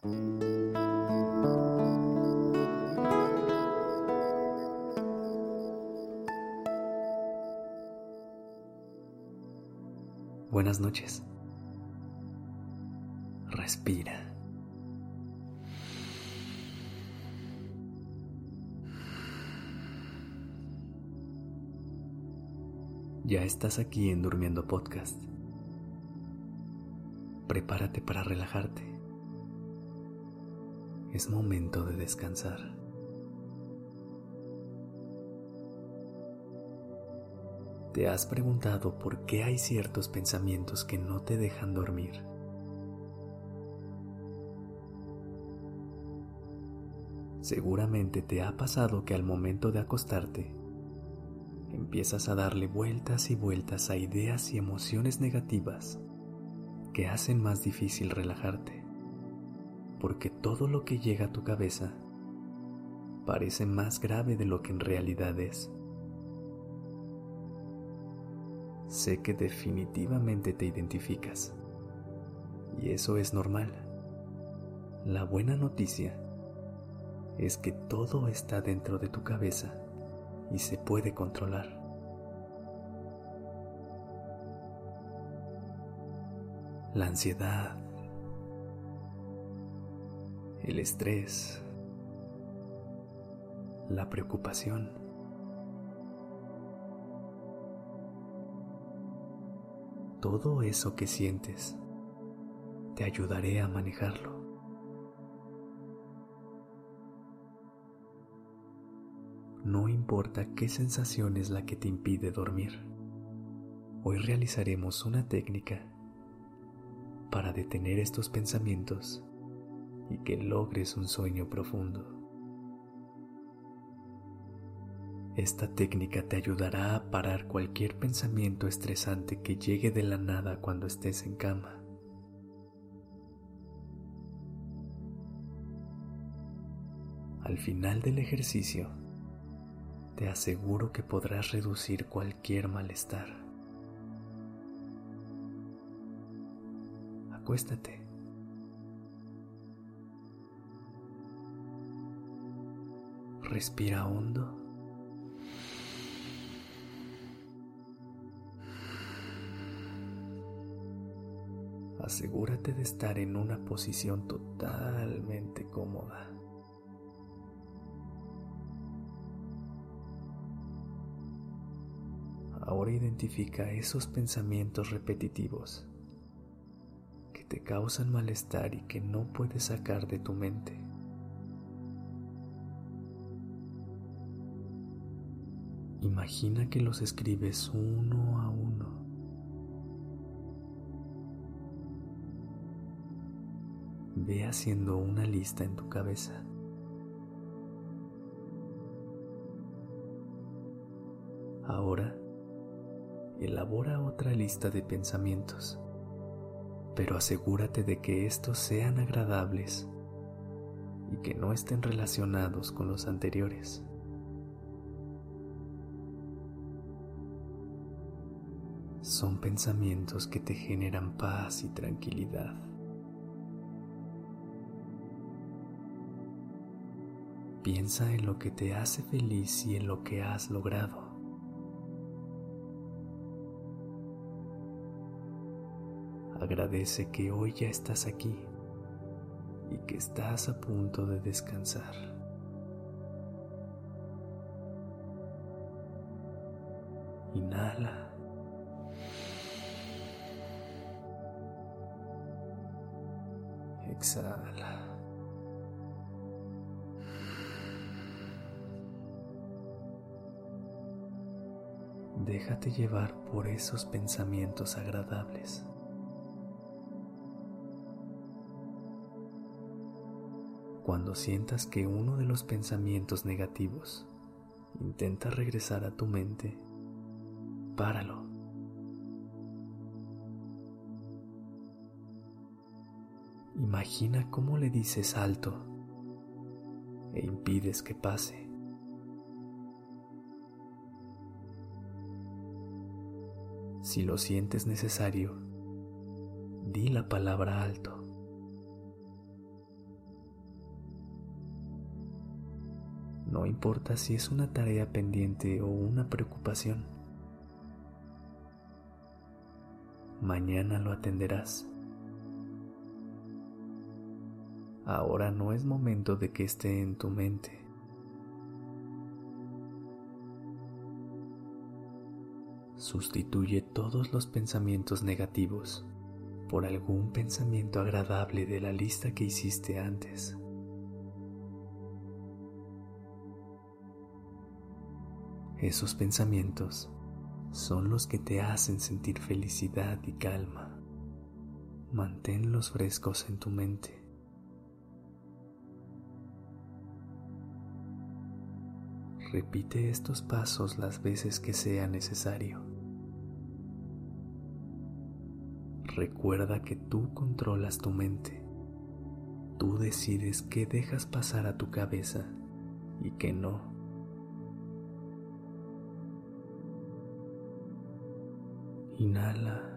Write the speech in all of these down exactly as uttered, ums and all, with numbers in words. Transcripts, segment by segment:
Buenas noches. Respira. Ya estás aquí en Durmiendo Podcast. Prepárate para relajarte. Es momento de descansar. ¿Te has preguntado por qué hay ciertos pensamientos que no te dejan dormir? Seguramente te ha pasado que al momento de acostarte, empiezas a darle vueltas y vueltas a ideas y emociones negativas que hacen más difícil relajarte, porque todo lo que llega a tu cabeza parece más grave de lo que en realidad es. Sé que definitivamente te identificas, y eso es normal. La buena noticia es que todo está dentro de tu cabeza y se puede controlar. La ansiedad, el estrés, la preocupación, todo eso que sientes, te ayudaré a manejarlo. No importa qué sensación es la que te impide dormir. Hoy realizaremos una técnica para detener estos pensamientos y que logres un sueño profundo. Esta técnica te ayudará a parar cualquier pensamiento estresante que llegue de la nada cuando estés en cama. Al final del ejercicio, te aseguro que podrás reducir cualquier malestar. Acuéstate. Respira hondo. Asegúrate de estar en una posición totalmente cómoda. Ahora identifica esos pensamientos repetitivos que te causan malestar y que no puedes sacar de tu mente. Imagina que los escribes uno a uno. Ve haciendo una lista en tu cabeza. Ahora, elabora otra lista de pensamientos, pero asegúrate de que estos sean agradables y que no estén relacionados con los anteriores. Son pensamientos que te generan paz y tranquilidad. Piensa en lo que te hace feliz y en lo que has logrado. Agradece que hoy ya estás aquí y que estás a punto de descansar. Inhala. Exhala. Déjate llevar por esos pensamientos agradables. Cuando sientas que uno de los pensamientos negativos intenta regresar a tu mente, páralo. Imagina cómo le dices alto e impides que pase. Si lo sientes necesario, di la palabra alto. No importa si es una tarea pendiente o una preocupación. Mañana lo atenderás. Ahora no es momento de que esté en tu mente. Sustituye todos los pensamientos negativos por algún pensamiento agradable de la lista que hiciste antes. Esos pensamientos son los que te hacen sentir felicidad y calma. Manténlos frescos en tu mente. Repite estos pasos las veces que sea necesario. Recuerda que tú controlas tu mente. Tú decides qué dejas pasar a tu cabeza y qué no. Inhala.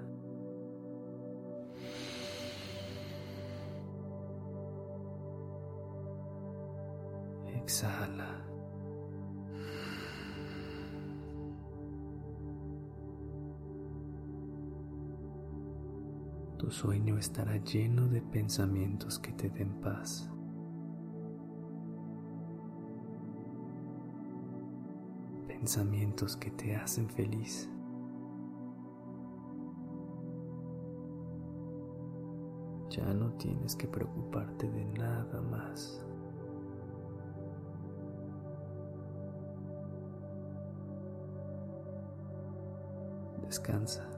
Exhala. Tu sueño estará lleno de pensamientos que te den paz. Pensamientos que te hacen feliz. Ya no tienes que preocuparte de nada más. Descansa.